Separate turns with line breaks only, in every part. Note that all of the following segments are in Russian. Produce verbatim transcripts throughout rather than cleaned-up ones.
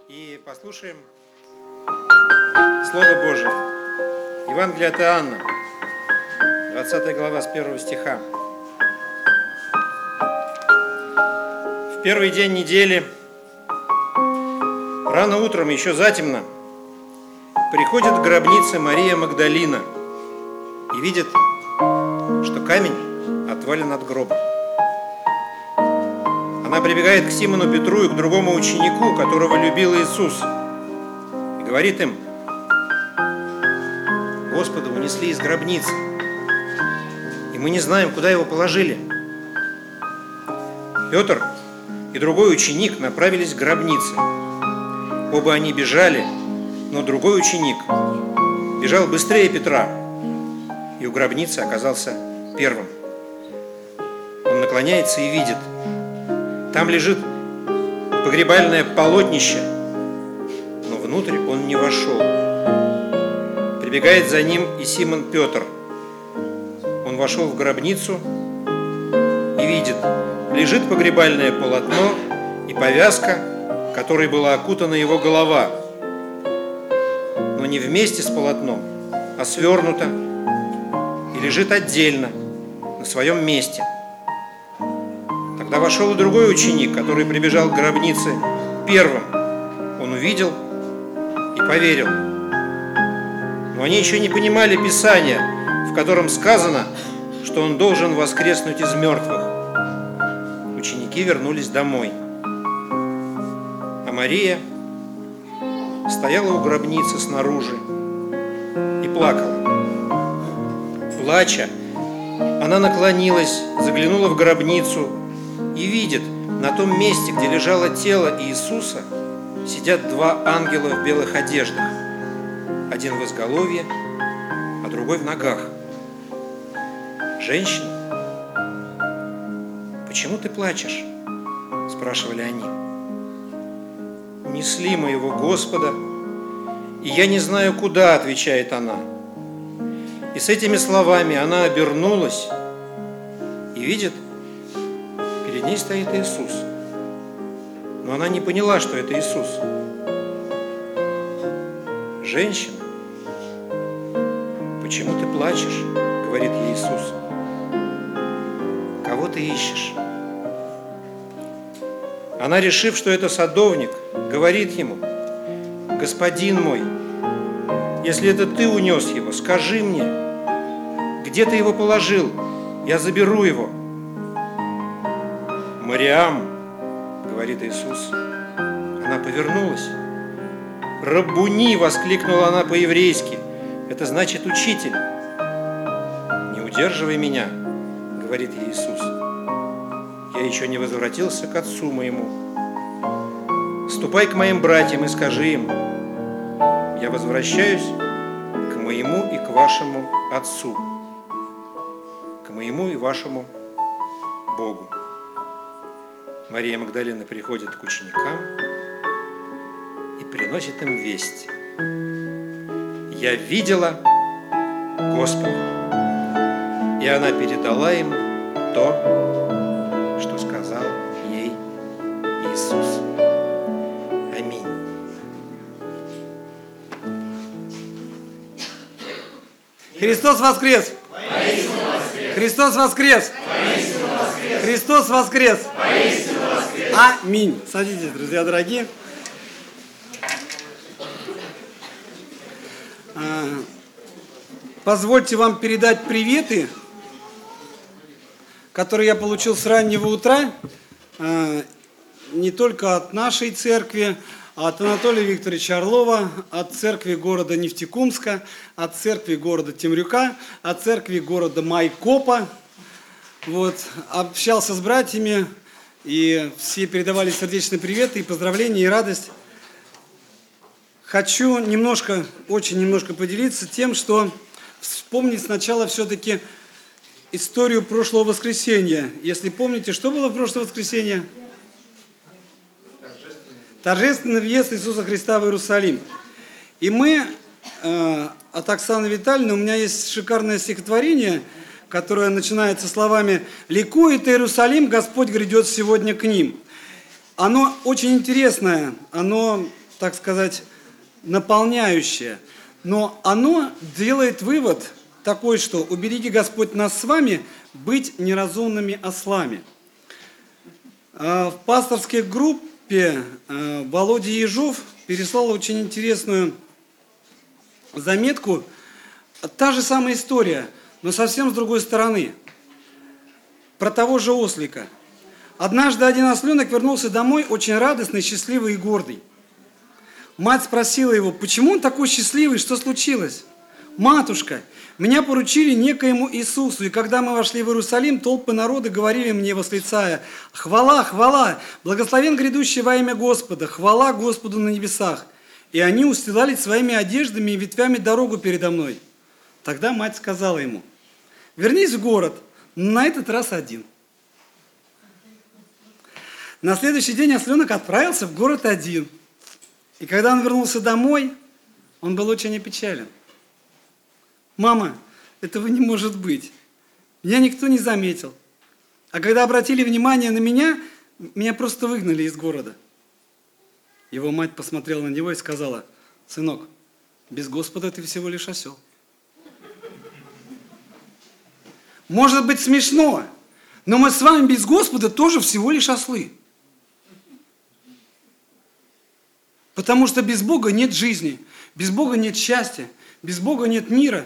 и послушаем Слово Божие. Евангелие от Иоанна, двадцатая глава, с первого стиха. В первый день недели, рано утром, еще затемно, приходит к гробнице Мария Магдалина и видит, что камень отвален от гроба. Она прибегает к Симону Петру и к другому ученику, которого любил Иисус, и говорит им: Господа унесли из гробницы, и мы не знаем, куда его положили. Петр и другой ученик направились к гробнице. Оба они бежали, но другой ученик бежал быстрее Петра и у гробницы оказался первым. Он наклоняется и видит: там лежит погребальное полотнище, но внутрь он не вошел. Прибегает за ним и Симон Петр. Он вошел в гробницу и видит: лежит погребальное полотно и повязка, которой была окутана его голова, но не вместе с полотном, а свернута, и лежит отдельно, на своем месте. Тогда вошел и другой ученик, который прибежал к гробнице первым. Он увидел и поверил. Но они еще не понимали Писания, в котором сказано, что он должен воскреснуть из мертвых. Ученики вернулись домой. А Мария стояла у гробницы снаружи и плакала. Плача, она наклонилась, заглянула в гробницу и видит: на том месте, где лежало тело Иисуса, сидят два ангела в белых одеждах. Один в изголовье, а другой в ногах. «Женщина, почему ты плачешь?» – спрашивали они. «Унесли моего Господа, и я не знаю, куда», – отвечает она. И с этими словами она обернулась и видит, перед ней стоит Иисус. Но она не поняла, что это Иисус. «Женщина, почему ты плачешь?» – говорит ей Иисус. «Кого ты ищешь?» Она, решив, что это садовник, говорит ему: «Господин мой, если это ты унес его, скажи мне, где ты его положил, я заберу его». «Мариам», – говорит Иисус. Она повернулась. «Раббуни», – воскликнула она по-еврейски. Это значит «учитель». «Не удерживай меня», – говорит ей Иисус. «Я еще не возвратился к отцу моему. Ступай к моим братьям и скажи им: я возвращаюсь к моему и к вашему отцу, к моему и вашему Богу». Мария Магдалина приходит к ученикам и приносит им весть: «Я видела Господа». И она передала им то, что сказал ей Иисус. Аминь.
Христос воскрес! Христос воскрес! Христос воскрес! Аминь. Садитесь, друзья дорогие. Позвольте вам передать приветы, которые я получил с раннего утра, не только от нашей церкви, а от Анатолия Викторовича Орлова, от церкви города Нефтекумска, от церкви города Темрюка, от церкви города Майкопа. Вот, общался с братьями, и все передавали сердечные приветы и поздравления, и радость. Хочу немножко, очень немножко поделиться тем, что вспомнить сначала все-таки историю прошлого воскресенья. Если помните, что было в прошлое воскресенье? Торжественный въезд Иисуса Христа в Иерусалим. И мы, э, от Оксаны Витальевны, у меня есть шикарное стихотворение, которое начинается словами: «Ликует Иерусалим, Господь грядет сегодня к ним». Оно очень интересное, оно так сказать, наполняющее. Но оно делает вывод такой, что «убереги Господь нас с вами быть неразумными ослами». В пасторской группе Володя Ежов переслал очень интересную заметку. Та же самая история, но совсем с другой стороны. Про того же ослика. Однажды один осленок вернулся домой очень радостный, счастливый и гордый. Мать спросила его, почему он такой счастливый, что случилось? «Матушка, меня поручили некоему Иисусу, и когда мы вошли в Иерусалим, толпы народа говорили мне, восклицая, хвала, хвала, благословен грядущий во имя Господа, хвала Господу на небесах. И они устилали своими одеждами и ветвями дорогу передо мной». Тогда мать сказала ему, вернись в город, на этот раз один. На следующий день осленок отправился в город один. И когда он вернулся домой, он был очень опечален. «Мама, этого не может быть. Меня никто не заметил. А когда обратили внимание на меня, меня просто выгнали из города». Его мать посмотрела на него и сказала, «Сынок, без Господа ты всего лишь осел». Может быть смешно, но мы с вами без Господа тоже всего лишь ослы. Потому что без Бога нет жизни, без Бога нет счастья, без Бога нет мира.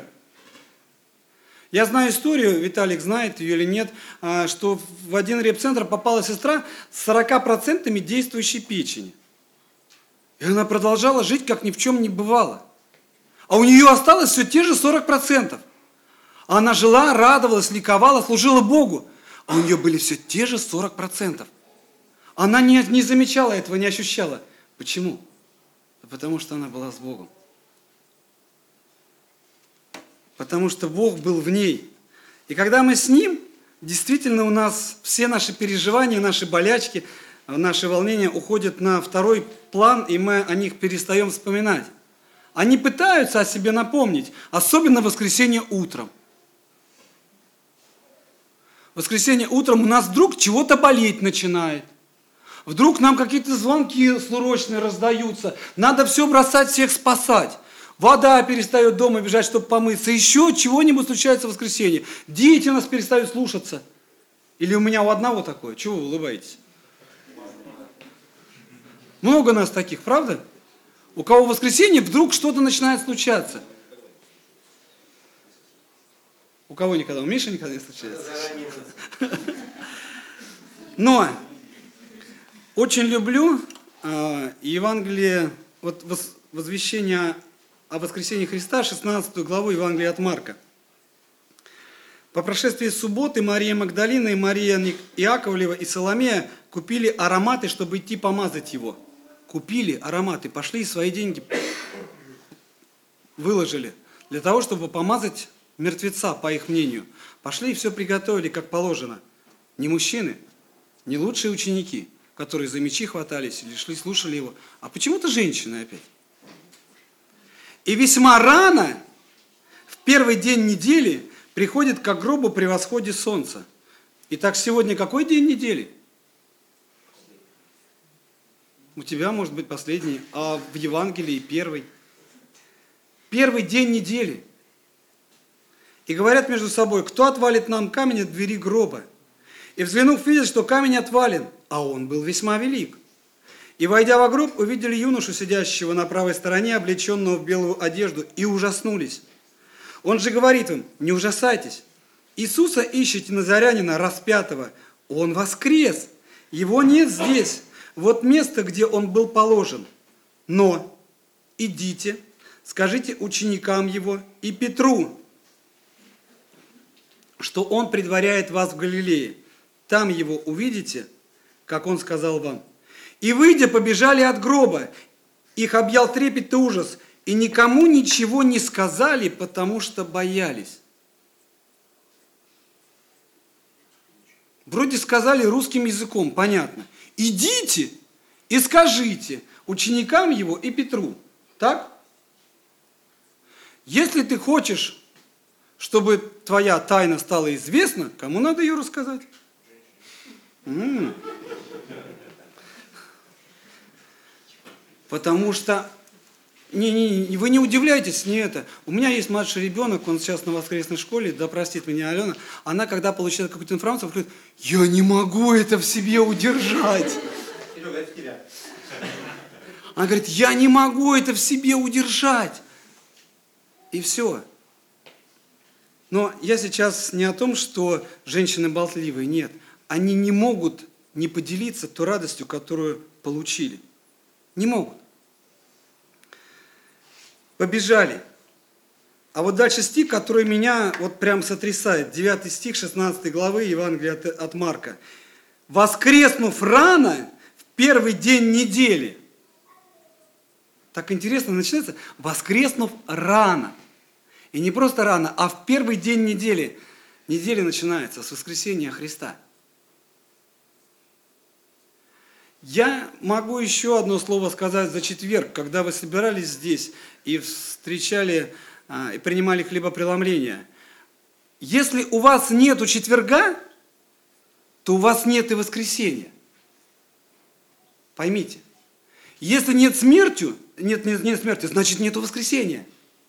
Я знаю историю, Виталик знает ее или нет, что в один репцентр попала сестра с сорока процентами действующей печени. И она продолжала жить, как ни в чем не бывало. А у нее осталось все те же сорок процентов. Она жила, радовалась, ликовала, служила Богу. А у нее были все те же сорок процентов. Она не, не замечала этого, не ощущала. Почему? Потому что она была с Богом. Потому что Бог был в ней. И когда мы с Ним, действительно у нас все наши переживания, наши болячки, наши волнения уходят на второй план, и мы о них перестаем вспоминать. Они пытаются о себе напомнить, особенно в воскресенье утром. В воскресенье утром у нас вдруг чего-то болеть начинает. Вдруг нам какие-то звонки срочные раздаются. Надо все бросать, всех спасать. Вода перестает дома бежать, чтобы помыться. Еще чего-нибудь случается в воскресенье. Дети нас перестают слушаться. Или у меня у одного такое. Чего вы улыбаетесь? Много нас таких, правда? У кого в воскресенье вдруг что-то начинает случаться. У кого никогда? У Миши никогда не случается. Но очень люблю э, Евангелие, вот возвещение о воскресении Христа, шестнадцатую главу Евангелия от Марка. По прошествии субботы Мария Магдалина и Мария Иаковлева и Соломея купили ароматы, чтобы идти помазать его. Купили ароматы, пошли и свои деньги выложили для того, чтобы помазать мертвеца, по их мнению. Пошли и все приготовили, как положено. Не мужчины, не лучшие ученики, которые за мечи хватались или шли, слушали его, а почему-то женщины опять. И весьма рано, в первый день недели, приходит к гробу при восходе солнца. Итак, сегодня какой день недели? У тебя может быть последний, а в Евангелии первый. Первый день недели. И говорят между собой, кто отвалит нам камень от двери гроба? И взглянув, видят, что камень отвален, а он был весьма велик. И, войдя во гроб, увидели юношу, сидящего на правой стороне, облеченного в белую одежду, и ужаснулись. Он же говорит им, не ужасайтесь, Иисуса ищете назарянина распятого, Он воскрес, Его нет здесь, вот место, где Он был положен. Но идите, скажите ученикам Его и Петру, что Он предваряет вас в Галилее. Там Его увидите, как Он сказал вам. И, выйдя, побежали от гроба. Их объял трепет и ужас. И никому ничего не сказали, потому что боялись. Вроде сказали русским языком, понятно. Идите и скажите ученикам Его и Петру. Так? Если ты хочешь, чтобы твоя тайна стала известна, кому надо ее рассказать? М-м. Потому что, не, не, вы не удивляйтесь, не это. У меня есть младший ребенок, он сейчас на воскресной школе, да простит меня Алена. Она, когда получает какую-то информацию, говорит, я не могу это в себе удержать. Она говорит, я не могу это в себе удержать. И все. Но я сейчас не о том, что женщины болтливые, нет. Они не могут не поделиться той радостью, которую получили. Не могут. Побежали. А вот дальше стих, который меня вот прям сотрясает. девятый стих шестнадцатой главы Евангелия от, от Марка. «Воскреснув рано в первый день недели». Так интересно начинается. «Воскреснув рано». И не просто рано, а в первый день недели. Неделя начинается с воскресения Христа. Я могу еще одно слово сказать за четверг, когда вы собирались здесь и встречали, и принимали хлебопреломление. Если у вас нету четверга, то у вас нет и воскресенья. Поймите. Если нет смерти, нет, нет, нет смерти, значит нету воскресения.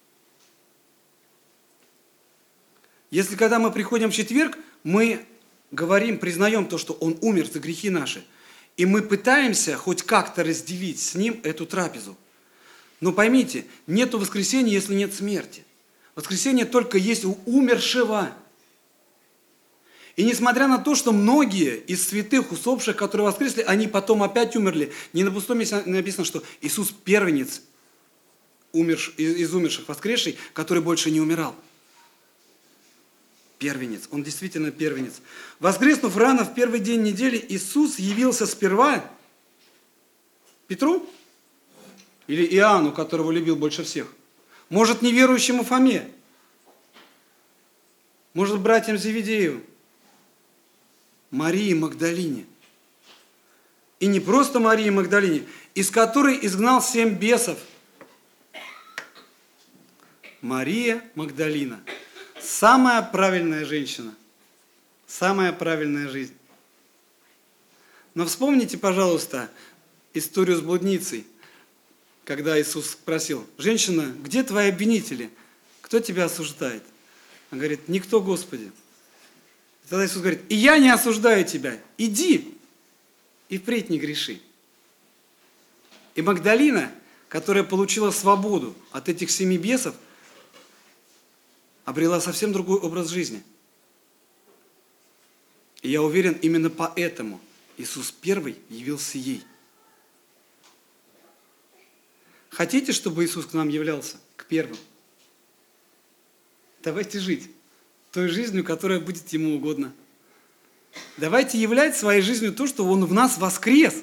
Если когда мы приходим в четверг, мы говорим, признаем то, что Он умер за грехи наши, и мы пытаемся хоть как-то разделить с Ним эту трапезу. Но поймите, нету воскресения, если нет смерти. Воскресение только есть у умершего. И несмотря на то, что многие из святых, усопших, которые воскресли, они потом опять умерли. Не на пустом месте написано, что Иисус первенец умерш, из умерших воскресший, который больше не умирал. Первенец, он действительно первенец. Воскреснув рано в первый день недели, Иисус явился сперва Петру или Иоанну, которого любил больше всех. Может, неверующему Фоме. Может, братьям Зеведеевым. Марии Магдалине. И не просто Марии Магдалине, из которой изгнал семь бесов. Мария Магдалина. Самая правильная женщина. Самая правильная жизнь. Но вспомните, пожалуйста, историю с блудницей, когда Иисус спросил, женщина, где твои обвинители? Кто тебя осуждает? Она говорит, никто, Господи. И тогда Иисус говорит, и я не осуждаю тебя, иди и впредь не греши. И Магдалина, которая получила свободу от этих семи бесов, обрела совсем другой образ жизни. И я уверен, именно поэтому Иисус первый явился ей. Хотите, чтобы Иисус к нам являлся, к первым? Давайте жить той жизнью, которая будет Ему угодна. Давайте являть своей жизнью то, что Он в нас воскрес.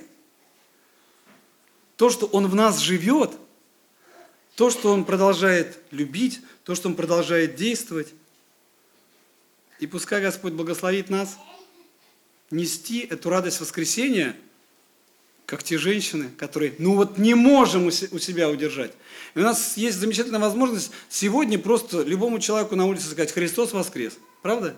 То, что Он в нас живет. То, что Он продолжает любить, то, что Он продолжает действовать. И пускай Господь благословит нас нести эту радость воскресения, как те женщины, которые, ну вот не можем у себя удержать. И у нас есть замечательная возможность сегодня просто любому человеку на улице сказать, Христос воскрес. Правда?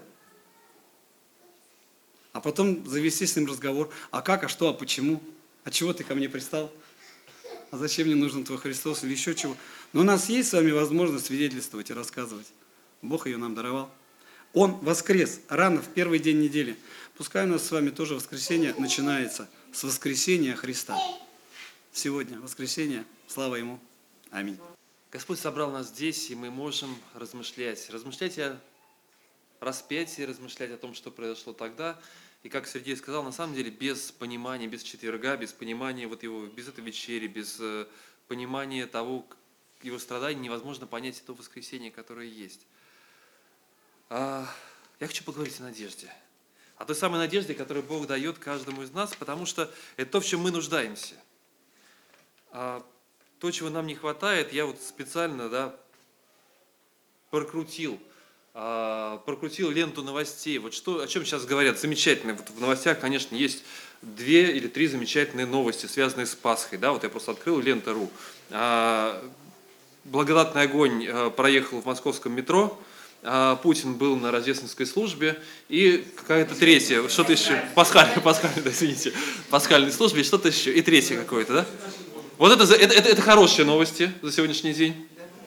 А потом завести с ним разговор. А как, а что, а почему? А чего ты ко мне пристал? А зачем мне нужен твой Христос или еще чего? Но у нас есть с вами возможность свидетельствовать и рассказывать. Бог ее нам даровал. Он воскрес рано в первый день недели. Пускай у нас с вами тоже воскресенье начинается с воскресения Христа. Сегодня воскресенье. Слава Ему. Аминь.
Господь собрал нас здесь, и мы можем размышлять. Размышлять о распятии, размышлять о том, что произошло тогда. И как Сергей сказал, на самом деле без понимания, без четверга, без понимания вот его, без этой вечери, без э, понимания того, его страданий, невозможно понять то воскресенье, которое есть. А, я хочу поговорить о надежде. О той самой надежде, которую Бог дает каждому из нас, потому что это то, в чем мы нуждаемся. А то, чего нам не хватает, я вот специально, да, прокрутил. прокрутил ленту новостей. Вот что, о чем сейчас говорят? Замечательно. Вот в новостях, конечно, есть две или три замечательные новости, связанные с Пасхой. Да, вот я просто открыл лента точка ру. Благодатный огонь проехал в московском метро. Путин был на рождественской службе. И какая-то третья, что-то еще. Пасхальная, пасхальная, да, извините. Пасхальной службе, что-то еще. И третье какое-то, да? Вот это, за- это, это, это хорошие новости за сегодняшний день.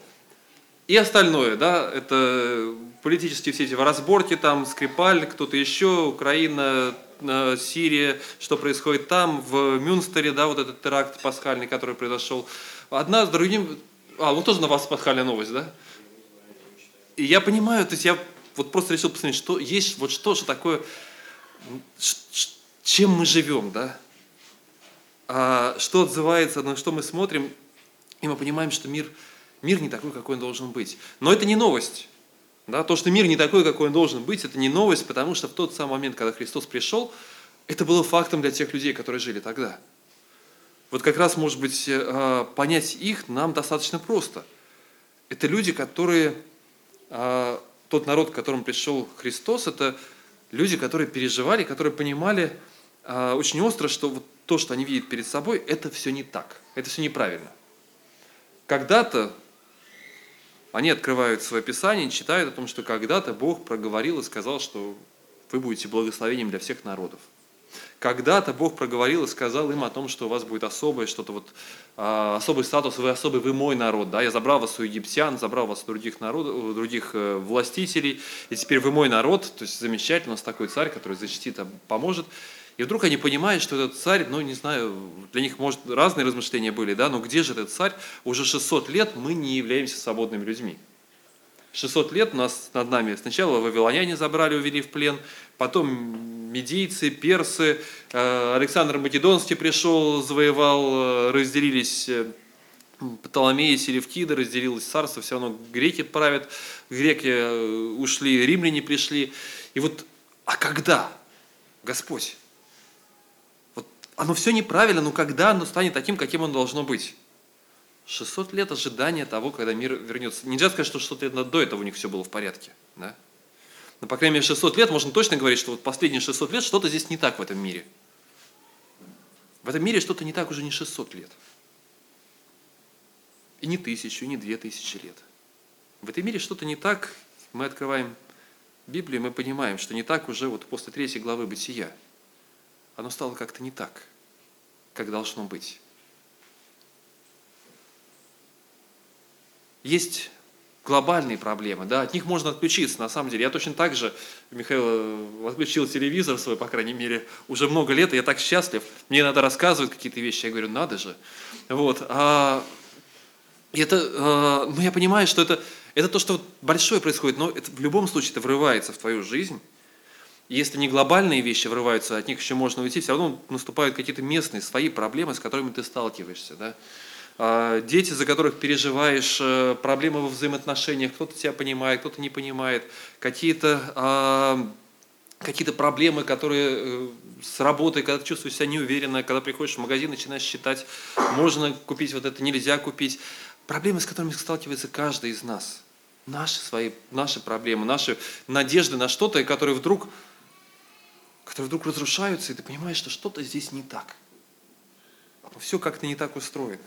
И остальное, да, это политические все эти разборки, там Скрипаль, кто-то еще, Украина, э, Сирия, что происходит там, в Мюнстере, да, вот этот теракт пасхальный, который произошел. Одна с другим... А, вот тоже на вас пасхальная новость, да? И я понимаю, то есть я вот просто решил посмотреть, что есть, вот что же такое, ш- ш- чем мы живем, да? А что отзывается, на что мы смотрим, и мы понимаем, что мир, мир не такой, какой он должен быть. Но это не новость. Да? То, что мир не такой, какой он должен быть, это не новость, потому что в тот самый момент, когда Христос пришел, это было фактом для тех людей, которые жили тогда. Вот как раз, может быть, э, понять их нам достаточно просто. Это люди, которые, э, тот народ, к которому пришел Христос, это люди, которые переживали, которые понимали э, очень остро, что вот то, что они видят перед собой, это все не так, это все неправильно. Когда-то они открывают свое Писание и читают о том, что когда-то Бог проговорил и сказал, что вы будете благословением для всех народов. Когда-то Бог проговорил и сказал им о том, что у вас будет особое что-то, вот, а, особый статус, вы особый, вы мой народ. Да? Я забрал вас у египтян, забрал вас у других, народов, у других э, властителей, и теперь вы мой народ. То есть замечательно, у нас такой царь, который защитит, поможет. И вдруг они понимают, что этот царь, ну не знаю, для них, может, разные размышления были, да, но где же этот царь? Уже шестьсот лет мы не являемся свободными людьми. шестьсот лет нас над нами сначала вавилоняне забрали, увели в плен, потом медийцы, персы, Александр Македонский пришел, завоевал, разделились Птоломеи, Селевкиды, разделилось царство, все равно греки правят, греки ушли, римляне пришли. И вот, а когда, Господь? Вот оно все неправильно, но когда оно станет таким, каким оно должно быть? шестьсот лет ожидания того, когда мир вернется. Нельзя сказать, что шестьсот лет до этого у них все было в порядке. Да? Но, по крайней мере, шестьсот лет можно точно говорить, что вот последние шестьсот лет что-то здесь не так в этом мире. В этом мире что-то не так уже не шестьсот лет. И не тысячу, и не две тысячи лет. В этом мире что-то не так. Мы открываем Библию, мы понимаем, что не так уже вот после третьей главы Бытия. Оно стало как-то не так, как должно быть. Есть глобальные проблемы, да, от них можно отключиться, на самом деле. Я точно так же, Михаил, отключил телевизор свой, по крайней мере, уже много лет, и я так счастлив. Мне надо рассказывать какие-то вещи, я говорю, надо же. Вот. А это, а, ну, я понимаю, что это, это то, что вот большое происходит, но это в любом случае это врывается в твою жизнь. И если не глобальные вещи врываются, от них еще можно уйти, все равно наступают какие-то местные, свои проблемы, с которыми ты сталкиваешься, да. Дети, за которых переживаешь, проблемы во взаимоотношениях, кто-то тебя понимает, кто-то не понимает, какие-то, какие-то проблемы, которые с работой, когда ты чувствуешь себя неуверенно, когда приходишь в магазин, начинаешь считать, можно купить вот это, нельзя купить. Проблемы, с которыми сталкивается каждый из нас. Наши свои, наши проблемы, наши надежды на что-то, которые вдруг, которые вдруг разрушаются, и ты понимаешь, что что-то здесь не так. Все как-то не так устроено.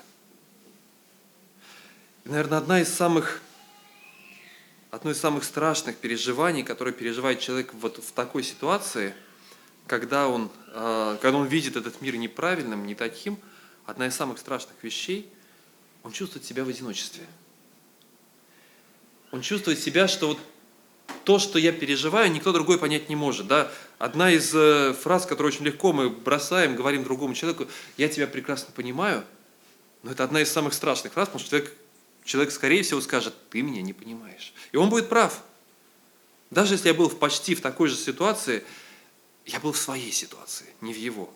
Наверное, одна из самых, одно из самых страшных переживаний, которое переживает человек вот в такой ситуации, когда он, когда он видит этот мир неправильным, не таким, одна из самых страшных вещей, он чувствует себя в одиночестве. Он чувствует себя, что вот то, что я переживаю, никто другой понять не может. Да? Одна из фраз, которую очень легко мы бросаем, говорим другому человеку, я тебя прекрасно понимаю, но это одна из самых страшных фраз, потому что человек Человек, скорее всего, скажет, ты меня не понимаешь. И он будет прав. Даже если я был почти в такой же ситуации, я был в своей ситуации, не в его.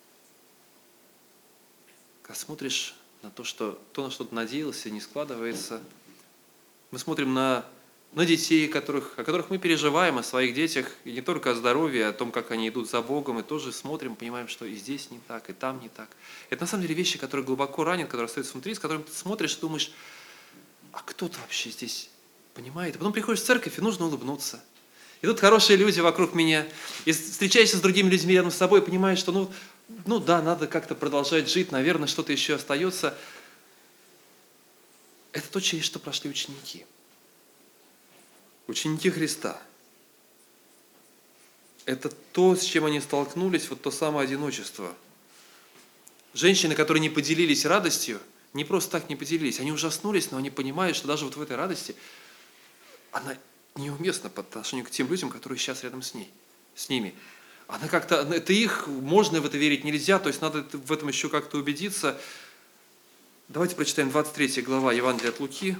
Когда смотришь на то, что то, на что ты надеялся, не складывается, мы смотрим на, на детей, которых, о которых мы переживаем, о своих детях, и не только о здоровье, о том, как они идут за Богом, и тоже смотрим, понимаем, что и здесь не так, и там не так. Это на самом деле вещи, которые глубоко ранят, которые остаются внутри, с которыми ты смотришь и думаешь, а кто-то вообще здесь понимает? А потом приходишь в церковь, и нужно улыбнуться. И тут хорошие люди вокруг меня. И встречаешься с другими людьми рядом с собой, и понимаешь, что ну, ну да, надо как-то продолжать жить, наверное, что-то еще остается. Это то, через что прошли ученики. Ученики Христа. Это то, с чем они столкнулись, вот то самое одиночество. Женщины, которые не поделились радостью, не просто так не поделились, они ужаснулись, но они понимают, что даже вот в этой радости она неуместна по отношению к тем людям, которые сейчас рядом с ней, с ними. Она как-то, это их, можно в это верить, нельзя, то есть надо в этом еще как-то убедиться. Давайте прочитаем двадцать третья глава Евангелия от Луки.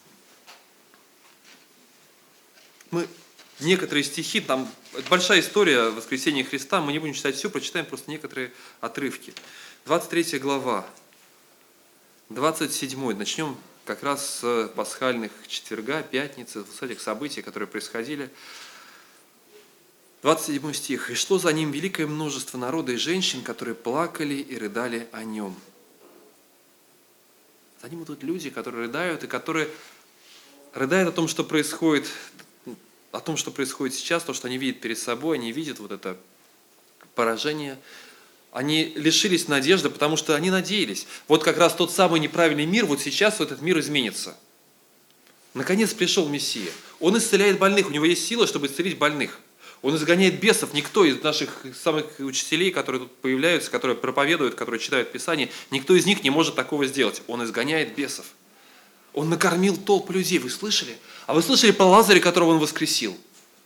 Мы некоторые стихи, там большая история воскресения Христа, мы не будем читать все, прочитаем просто некоторые отрывки. двадцать третья глава, двадцать седьмой, начнем как раз с пасхальных четверга, пятницы, с этих событий, которые происходили. двадцать седьмой стих. «И шло за ним великое множество народа и женщин, которые плакали и рыдали о нем». За ним идут люди, которые рыдают, и которые рыдают о том, что происходит, о том, что происходит сейчас, то, что они видят перед собой, они видят вот это поражение. Они лишились надежды, потому что они надеялись. Вот как раз тот самый неправильный мир, вот сейчас вот этот мир изменится. Наконец пришел Мессия. Он исцеляет больных, у него есть сила, чтобы исцелить больных. Он изгоняет бесов. Никто из наших самых учителей, которые тут появляются, которые проповедуют, которые читают Писание, никто из них не может такого сделать. Он изгоняет бесов. Он накормил толпу людей. Вы слышали? А вы слышали про Лазаря, которого он воскресил?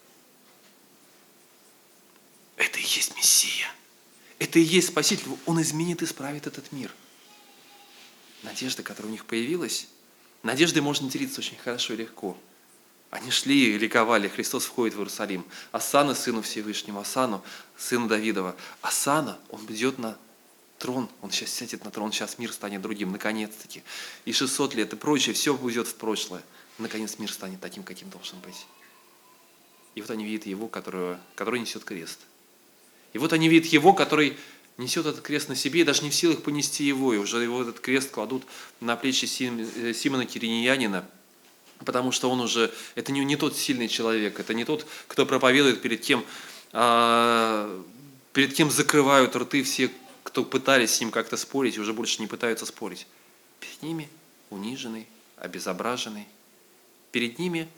Это и есть Мессия. Это и есть Спаситель. Он изменит и исправит этот мир. Надежда, которая у них появилась, надеждой можно делиться очень хорошо и легко. Они шли и ликовали. Христос входит в Иерусалим. Осанна сыну Всевышнему, Осанну сыну Давидова. Осанна, он идет на трон, он сейчас сядет на трон, сейчас мир станет другим, наконец-таки. И шестьсот лет и прочее, все уйдет в прошлое. Наконец мир станет таким, каким должен быть. И вот они видят его, которого, который несет крест. И вот они видят его, который несет этот крест на себе, и даже не в силах понести его. И уже его этот крест кладут на плечи Симона Кириньянина, потому что он уже, это не, не тот сильный человек, это не тот, кто проповедует, перед кем, а, перед кем закрывают рты все, кто пытались с ним как-то спорить, и уже больше не пытаются спорить. Перед ними униженный, обезображенный. Перед ними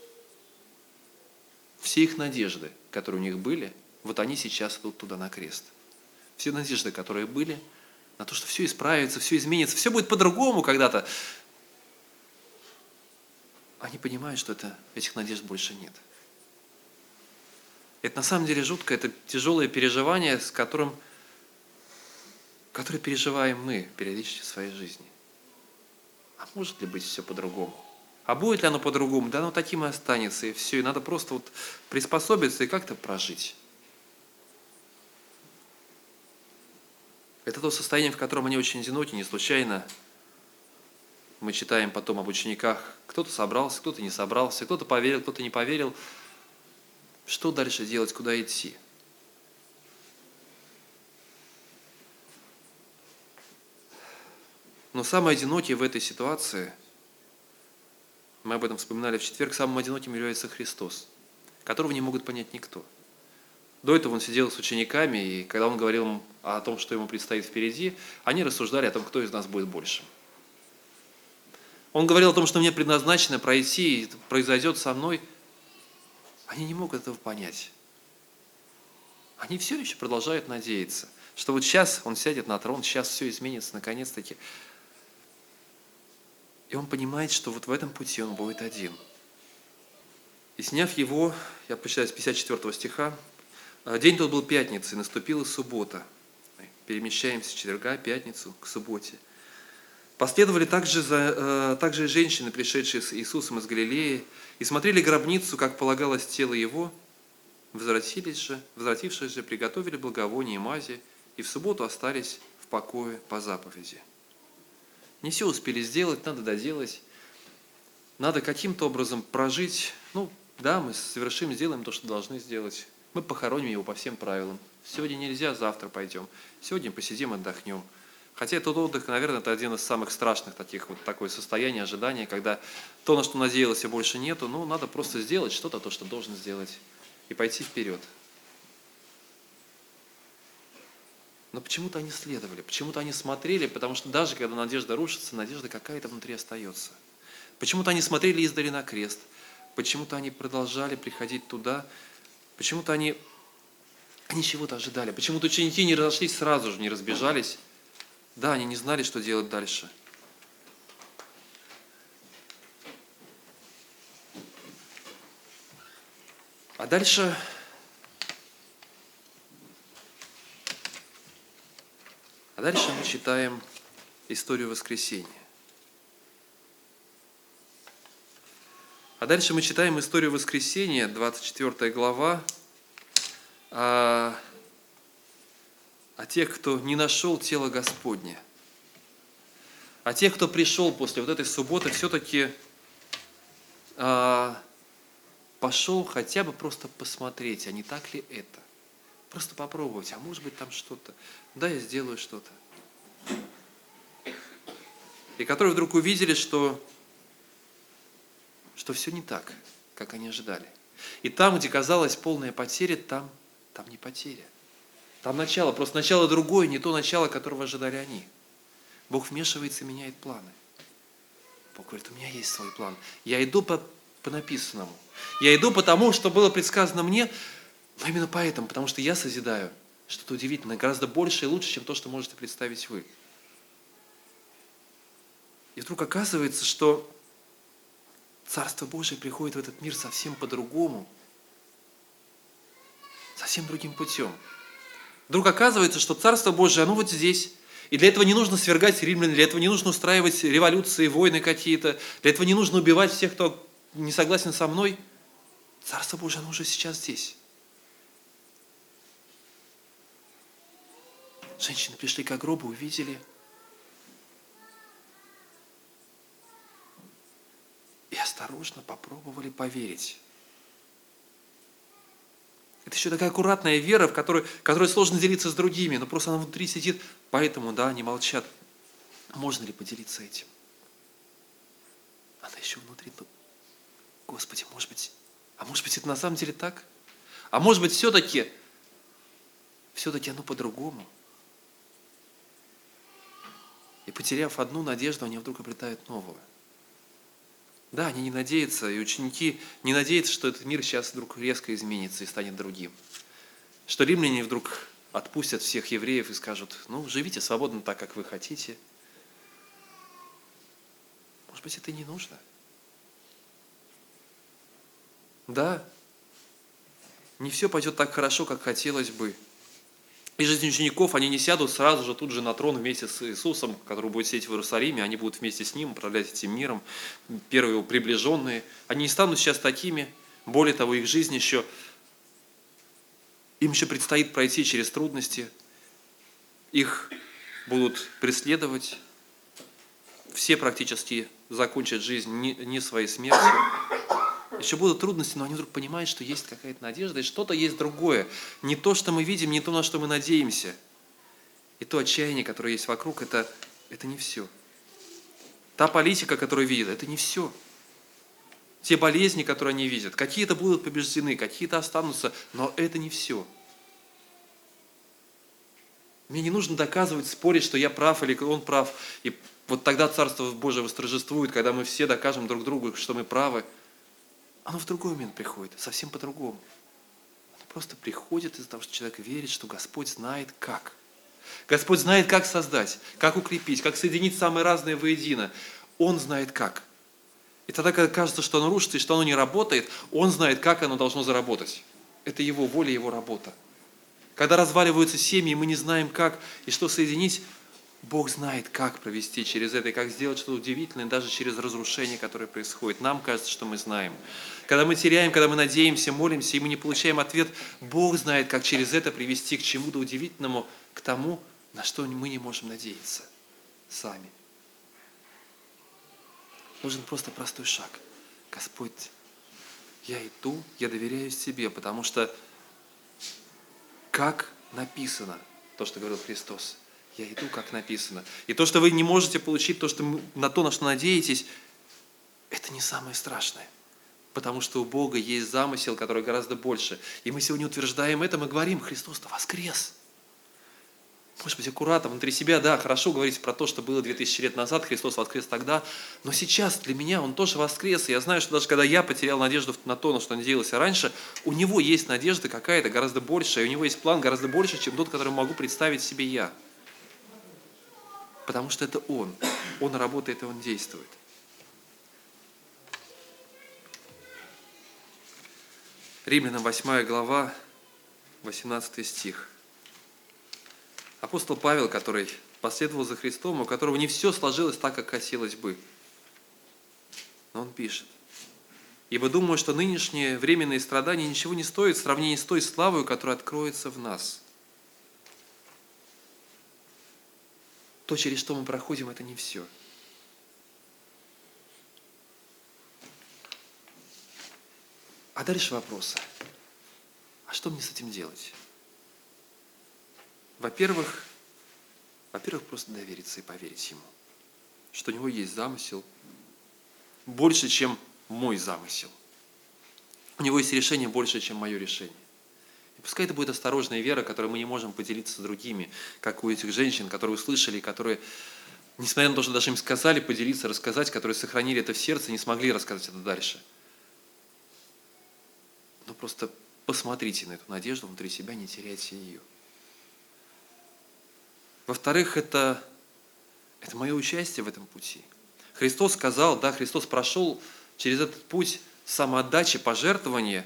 все их надежды, которые у них были, вот они сейчас идут туда на крест. Все надежды, которые были, на то, что все исправится, все изменится, все будет по-другому когда-то. Они понимают, что это, этих надежд больше нет. Это на самом деле жутко, это тяжелое переживание, с которым, которое переживаем мы периодически в своей жизни. А может ли быть все по-другому? А будет ли оно по-другому? Да оно таким и останется, и все. И надо просто вот приспособиться и как-то прожить. Это то состояние, в котором они очень одиноки, не случайно. Мы читаем потом об учениках. Кто-то собрался, кто-то не собрался, кто-то поверил, кто-то не поверил. Что дальше делать, куда идти? Но самые одинокие в этой ситуации, мы об этом вспоминали в четверг, самым одиноким является Христос, которого не могут понять никто. До этого он сидел с учениками, и когда он говорил им о том, что ему предстоит впереди, они рассуждали о том, кто из нас будет большим. Он говорил о том, что мне предназначено пройти, и произойдет со мной. Они не могут этого понять. Они все еще продолжают надеяться, что вот сейчас он сядет на трон, сейчас все изменится наконец-таки. И он понимает, что вот в этом пути он будет один. И сняв его, я почитаю с пятьдесят четвёртого стиха, день тот был пятницей, наступила суббота. Перемещаемся с четверга, пятницу к субботе. Последовали также, за, также и женщины, пришедшие с Иисусом из Галилеи, и смотрели гробницу, как полагалось тело его. Возвратились же, возвратившись же, приготовили благовоние и мази, и в субботу остались в покое по заповеди. Не все успели сделать, надо доделать. Надо каким-то образом прожить. Ну, да, мы совершим, сделаем то, что должны сделать. Мы похороним его по всем правилам. Сегодня нельзя, завтра пойдем. Сегодня посидим, отдохнем. Хотя этот отдых, наверное, это один из самых страшных таких вот такое состояние, ожидания, когда то, на что надеялся, больше нету, ну, надо просто сделать что-то, то, что должен сделать, и пойти вперед. Но почему-то они следовали, почему-то они смотрели, потому что даже когда надежда рушится, надежда какая-то внутри остается. Почему-то они смотрели издали на крест, почему-то они продолжали приходить туда, почему-то они, они чего-то ожидали, почему-то ученики не разошлись сразу же, не разбежались, Да, они не знали, что делать дальше. А дальше А дальше мы читаем историю воскресения. А дальше мы читаем историю воскресения, двадцать четвёртая глава, о, о тех, кто не нашел тело Господне, о тех, кто пришел после вот этой субботы, все-таки а, пошел хотя бы просто посмотреть, а не так ли это. Просто попробовать, а может быть там что-то. Да, я сделаю что-то. И которые вдруг увидели, что, что все не так, как они ожидали. И там, где казалась полная потеря, там, там не потеря. Там начало, просто начало другое, не то начало, которого ожидали они. Бог вмешивается и меняет планы. Бог говорит, у меня есть свой план. Я иду по, по написанному. Я иду по тому, что было предсказано мне, но именно поэтому, потому что я созидаю что-то удивительное, гораздо больше и лучше, чем то, что можете представить вы. И вдруг оказывается, что Царство Божие приходит в этот мир совсем по-другому, совсем другим путем. Вдруг оказывается, что Царство Божие, оно вот здесь. И для этого не нужно свергать римлян, для этого не нужно устраивать революции, войны какие-то, для этого не нужно убивать всех, кто не согласен со мной. Царство Божие, оно уже сейчас здесь. Женщины пришли к гробу, увидели. И осторожно попробовали поверить. Это еще такая аккуратная вера, в которой, которой сложно делиться с другими, но просто она внутри сидит, поэтому, да, они молчат. Можно ли поделиться этим? Она еще внутри, ну, Господи, может быть, а может быть, это на самом деле так? А может быть, все-таки, все-таки оно по-другому? И потеряв одну надежду, они вдруг обретают новую. Да, они не надеются, и ученики не надеются, что этот мир сейчас вдруг резко изменится и станет другим. Что римляне вдруг отпустят всех евреев и скажут, ну, живите свободно так, как вы хотите. Может быть, это и не нужно. Да, не все пойдет так хорошо, как хотелось бы. И жизнь учеников, они не сядут сразу же тут же на трон вместе с Иисусом, который будет сидеть в Иерусалиме, они будут вместе с Ним управлять этим миром, первые его приближенные. Они не станут сейчас такими, более того, их жизнь еще, им еще предстоит пройти через трудности, их будут преследовать, все практически закончат жизнь не, не своей смертью. Еще будут трудности, но они вдруг понимают, что есть какая-то надежда, и что-то есть другое. Не то, что мы видим, не то, на что мы надеемся. И то отчаяние, которое есть вокруг, это, это не все. Та политика, которую видят, это не все. Те болезни, которые они видят, какие-то будут побеждены, какие-то останутся, но это не все. Мне не нужно доказывать, спорить, что я прав или он прав. И вот тогда Царство Божие восторжествует, когда мы все докажем друг другу, что мы правы. Оно в другой момент приходит, совсем по-другому. Оно просто приходит из-за того, что человек верит, что Господь знает как. Господь знает, как создать, как укрепить, как соединить самые разные воедино. Он знает как. И тогда, когда кажется, что оно рушится и что оно не работает, Он знает, как оно должно заработать. Это Его воля, Его работа. Когда разваливаются семьи, мы не знаем как и что соединить, Бог знает, как провести через это, и как сделать что-то удивительное, даже через разрушение, которое происходит. Нам кажется, что мы знаем. Когда мы теряем, когда мы надеемся, молимся, и мы не получаем ответ, Бог знает, как через это привести к чему-то удивительному, к тому, на что мы не можем надеяться сами. Нужен просто простой шаг. Господь, я иду, я доверяюсь Тебе, потому что, как написано, то, что говорил Христос, я иду, как написано. И то, что вы не можете получить, то, что, на то, на что надеетесь, это не самое страшное. Потому что у Бога есть замысел, который гораздо больше. И мы сегодня утверждаем это, мы говорим, Христос-то воскрес. Может быть, аккуратно, внутри себя, да, хорошо говорить про то, что было две тысячи лет назад, Христос воскрес тогда, но сейчас для меня Он тоже воскрес. И я знаю, что даже когда я потерял надежду на то, на что надеялся раньше, у Него есть надежда какая-то гораздо большая, у Него есть план гораздо больше, чем тот, который могу представить себе я. Потому что это Он. Он работает и Он действует. Римлянам восьмая глава, восемнадцатый стих. Апостол Павел, который последовал за Христом, у которого не все сложилось так, как хотелось бы. Но он пишет: «Ибо думаю, что нынешние временные страдания ничего не стоят в сравнении с той славой, которая откроется в нас». То, через что мы проходим, это не все. А дальше вопросы. А что мне с этим делать? Во-первых, во-первых, просто довериться и поверить Ему, что у Него есть замысел больше, чем мой замысел. У Него есть решение больше, чем мое решение. И пускай это будет осторожная вера, которой мы не можем поделиться с другими, как у этих женщин, которые услышали, которые, несмотря на то, что даже им сказали поделиться, рассказать, которые сохранили это в сердце, не смогли рассказать это дальше. Но просто посмотрите на эту надежду внутри себя, не теряйте ее. Во-вторых, это, это мое участие в этом пути. Христос сказал, да, Христос прошел через этот путь самоотдачи, пожертвования,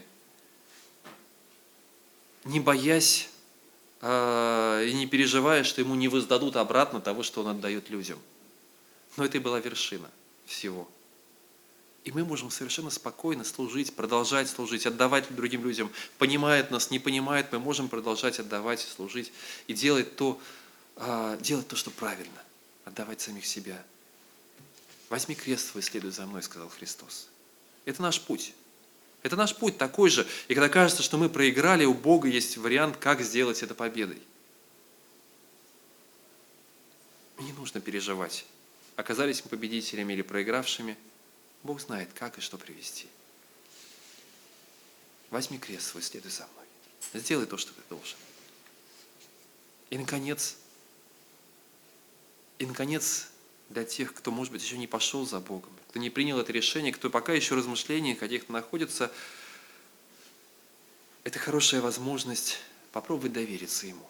не боясь э, и не переживая, что Ему не воздадут обратно того, что Он отдает людям. Но это и была вершина всего. И мы можем совершенно спокойно служить, продолжать служить, отдавать другим людям. Понимает нас, не понимает, мы можем продолжать отдавать, служить и делать то, э, делать то, что правильно, отдавать самих себя. «Возьми крест свой, следуй за мной», — сказал Христос. Это наш путь. Это наш путь такой же. И когда кажется, что мы проиграли, у Бога есть вариант, как сделать это победой. Не нужно переживать, оказались мы победителями или проигравшими. Бог знает, как и что привести. Возьми крест свой, следуй за мной. Сделай то, что ты должен. И, наконец, и, наконец, для тех, кто, может быть, еще не пошел за Богом, кто не принял это решение, кто пока еще в размышлениях каких-то находится, это хорошая возможность попробовать довериться Ему.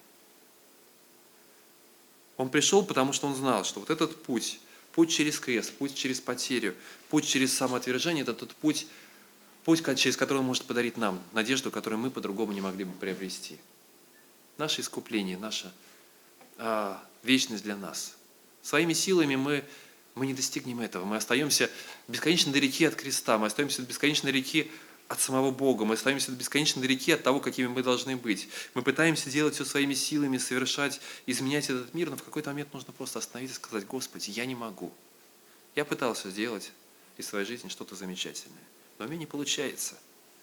Он пришел, потому что Он знал, что вот этот путь, путь через крест, путь через потерю, путь через самоотвержение – это тот путь, путь, через который Он может подарить нам надежду, которую мы по-другому не могли бы приобрести. Наше искупление, наша а, вечность для нас. Своими силами мы, мы не достигнем этого. Мы остаемся бесконечно далеки от креста, мы остаемся бесконечно далеки от самого Бога, мы остаемся бесконечно далеки от того, какими мы должны быть. Мы пытаемся делать все своими силами, совершать, изменять этот мир, но в какой-то момент нужно просто остановиться и сказать: «Господи, я не могу. Я пытался сделать из своей жизни что-то замечательное, но у меня не получается.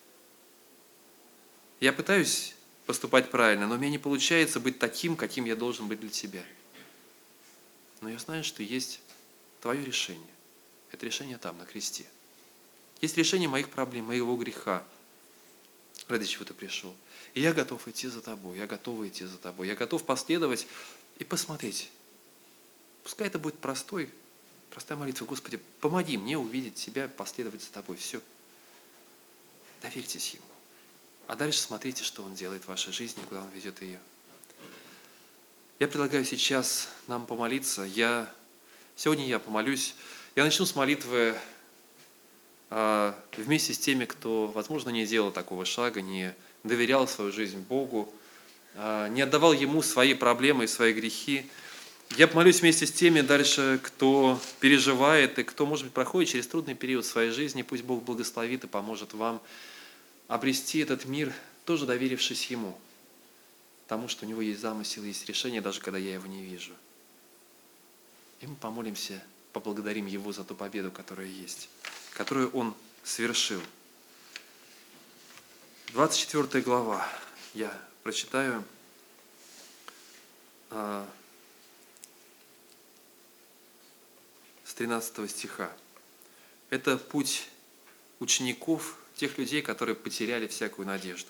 Я пытаюсь поступать правильно, но у меня не получается быть таким, каким я должен быть для Тебя. Но я знаю, что есть Твое решение. Это решение там, на кресте. Есть решение моих проблем, моего греха, ради чего Ты пришел. И я готов идти за Тобой, я готов идти за Тобой, я готов последовать и посмотреть. Пускай это будет простой, простая молитва: Господи, помоги мне увидеть Тебя, последовать за Тобой. Все. Доверьтесь Ему. А дальше смотрите, что Он делает в вашей жизни, куда Он ведет ее. Я предлагаю сейчас нам помолиться. Я, сегодня я помолюсь. Я начну с молитвы э, вместе с теми, кто, возможно, не делал такого шага, не доверял свою жизнь Богу, э, не отдавал Ему свои проблемы и свои грехи. Я помолюсь вместе с теми дальше, кто переживает и кто, может быть, проходит через трудный период своей жизни. Пусть Бог благословит и поможет вам обрести этот мир, тоже доверившись Ему. Потому что у Него есть замысел, есть решение, даже когда я его не вижу. И мы помолимся, поблагодарим Его за ту победу, которая есть, которую Он совершил. двадцать четвёртая глава. Я прочитаю. А, с тринадцатого стиха. Это путь учеников, тех людей, которые потеряли всякую надежду.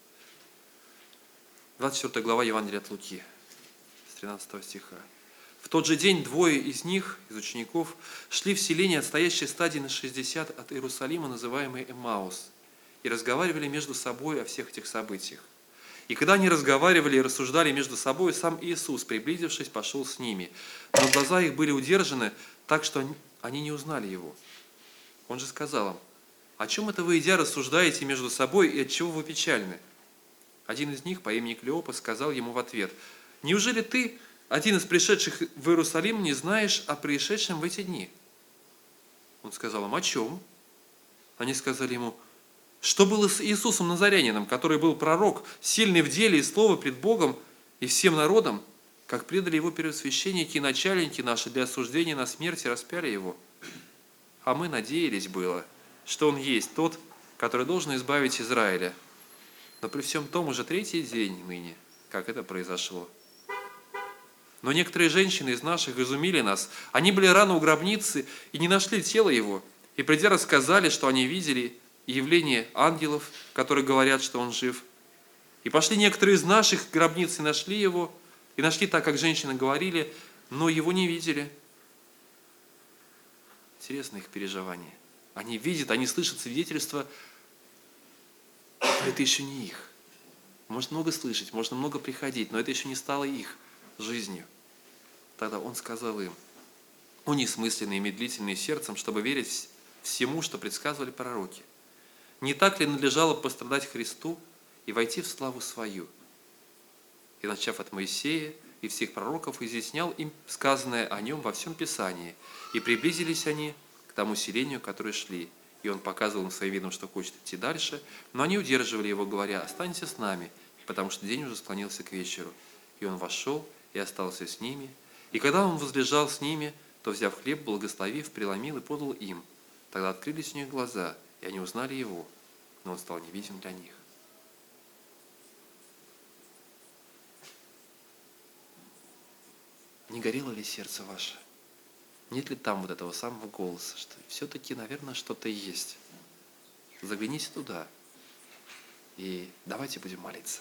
двадцать четвёртая глава Евангелия от Луки, с тринадцатого стиха. «В тот же день двое из них, из учеников, шли в селение, отстоящее стадии на шестьдесят от Иерусалима, называемое Эммаус, и разговаривали между собой о всех этих событиях. И когда они разговаривали и рассуждали между собой, сам Иисус, приблизившись, пошел с ними. Но глаза их были удержаны, так что они, они не узнали Его. Он же сказал им: «О чем это вы, идя, рассуждаете между собой, и отчего вы печальны?» Один из них, по имени Клеопа, сказал ему в ответ: «Неужели ты, один из пришедших в Иерусалим, не знаешь о происшедшем в эти дни?» Он сказал им: «О чем?» Они сказали ему: «Что было с Иисусом Назарянином, который был пророк, сильный в деле и слове пред Богом и всем народом, как предали его первосвященники и начальники наши для осуждения на смерть и распяли его? А мы надеялись было, что он есть тот, который должен избавить Израиля. Но при всем том уже третий день ныне, как это произошло. Но некоторые женщины из наших изумили нас. Они были рано у гробницы и не нашли тела его. И придя рассказали, что они видели явление ангелов, которые говорят, что он жив. И пошли некоторые из наших гробниц и нашли его. И нашли так, как женщины говорили, но его не видели». Интересно их переживание. Они видят, они слышат свидетельства, но это еще не их. Можно много слышать, можно много приходить, но это еще не стало их жизнью. Тогда он сказал им: «О несмысленные и медлительные сердцем, чтобы верить всему, что предсказывали пророки. Не так ли надлежало пострадать Христу и войти в славу свою?» И, начав от Моисея и всех пророков, изъяснял им сказанное о нем во всем Писании. И приблизились они к тому селению, которое шли. И он показывал им своим видом, что хочет идти дальше, но они удерживали его, говоря: «Останься с нами, потому что день уже склонился к вечеру». И он вошел и остался с ними. И когда он возлежал с ними, то, взяв хлеб, благословив, преломил и подал им. Тогда открылись у них глаза, и они узнали его, но он стал невидим для них. Не горело ли сердце ваше? Нет ли там вот этого самого голоса, что все-таки, наверное, что-то есть? Загляните туда, и давайте будем молиться.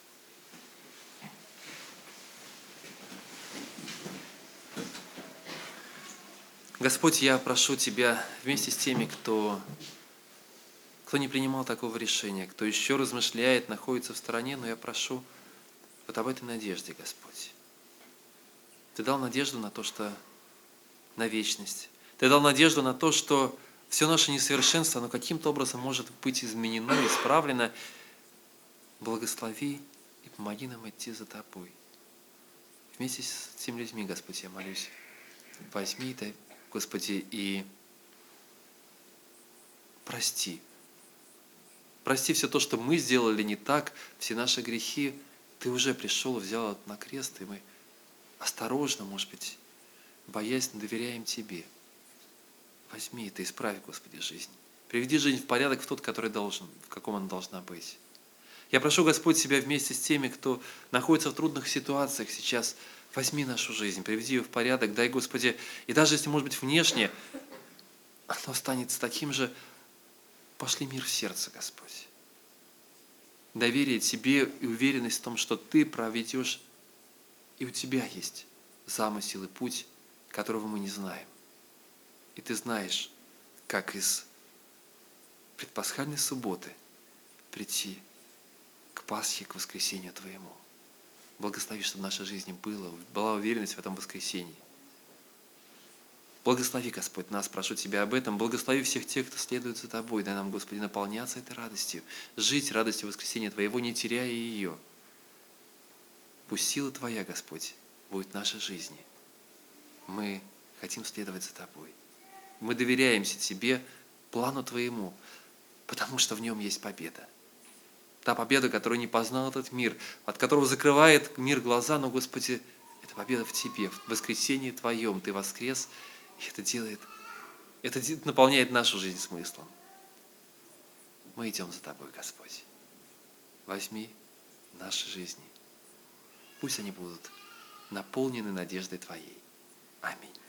Господь, я прошу Тебя вместе с теми, кто, кто не принимал такого решения, кто еще размышляет, находится в стороне, но я прошу вот об этой надежде, Господь. Ты дал надежду на то, что на вечность. Ты дал надежду на то, что все наше несовершенство, оно каким-то образом может быть изменено, исправлено. Благослови и помоги нам идти за Тобой. Вместе с теми людьми, Господь, я молюсь. Возьми это, Господи, и прости. Прости все то, что мы сделали не так, все наши грехи. Ты уже пришел, взял это на крест, и мы осторожно, может быть, боясь, доверяем Тебе. Возьми это, исправь, Господи, жизнь. Приведи жизнь в порядок, в тот, который должен, в каком она должна быть. Я прошу, Господь, Себя вместе с теми, кто находится в трудных ситуациях сейчас. Возьми нашу жизнь, приведи ее в порядок, дай, Господи, и даже если, может быть, внешне оно останется таким же, пошли мир в сердце, Господь. Доверие Тебе и уверенность в том, что Ты проведешь, и у Тебя есть замысел и путь, которого мы не знаем. И Ты знаешь, как из предпасхальной субботы прийти к Пасхе, к воскресению Твоему. Благослови, чтобы в нашей жизни было, была уверенность в этом воскресении. Благослови, Господь, нас, прошу Тебя об этом. Благослови всех тех, кто следует за Тобой. Дай нам, Господи, наполняться этой радостью, жить радостью воскресения Твоего, не теряя ее. Пусть сила Твоя, Господь, будет в нашей жизни. Мы хотим следовать за Тобой. Мы доверяемся Тебе, плану Твоему, потому что в нем есть победа. Та победа, которую не познал этот мир, от которого закрывает мир глаза, но, Господи, это победа в Тебе, в воскресении Твоем. Ты воскрес, и это делает, это наполняет нашу жизнь смыслом. Мы идем за Тобой, Господь. Возьми наши жизни. Пусть они будут наполнены надеждой Твоей. Аминь.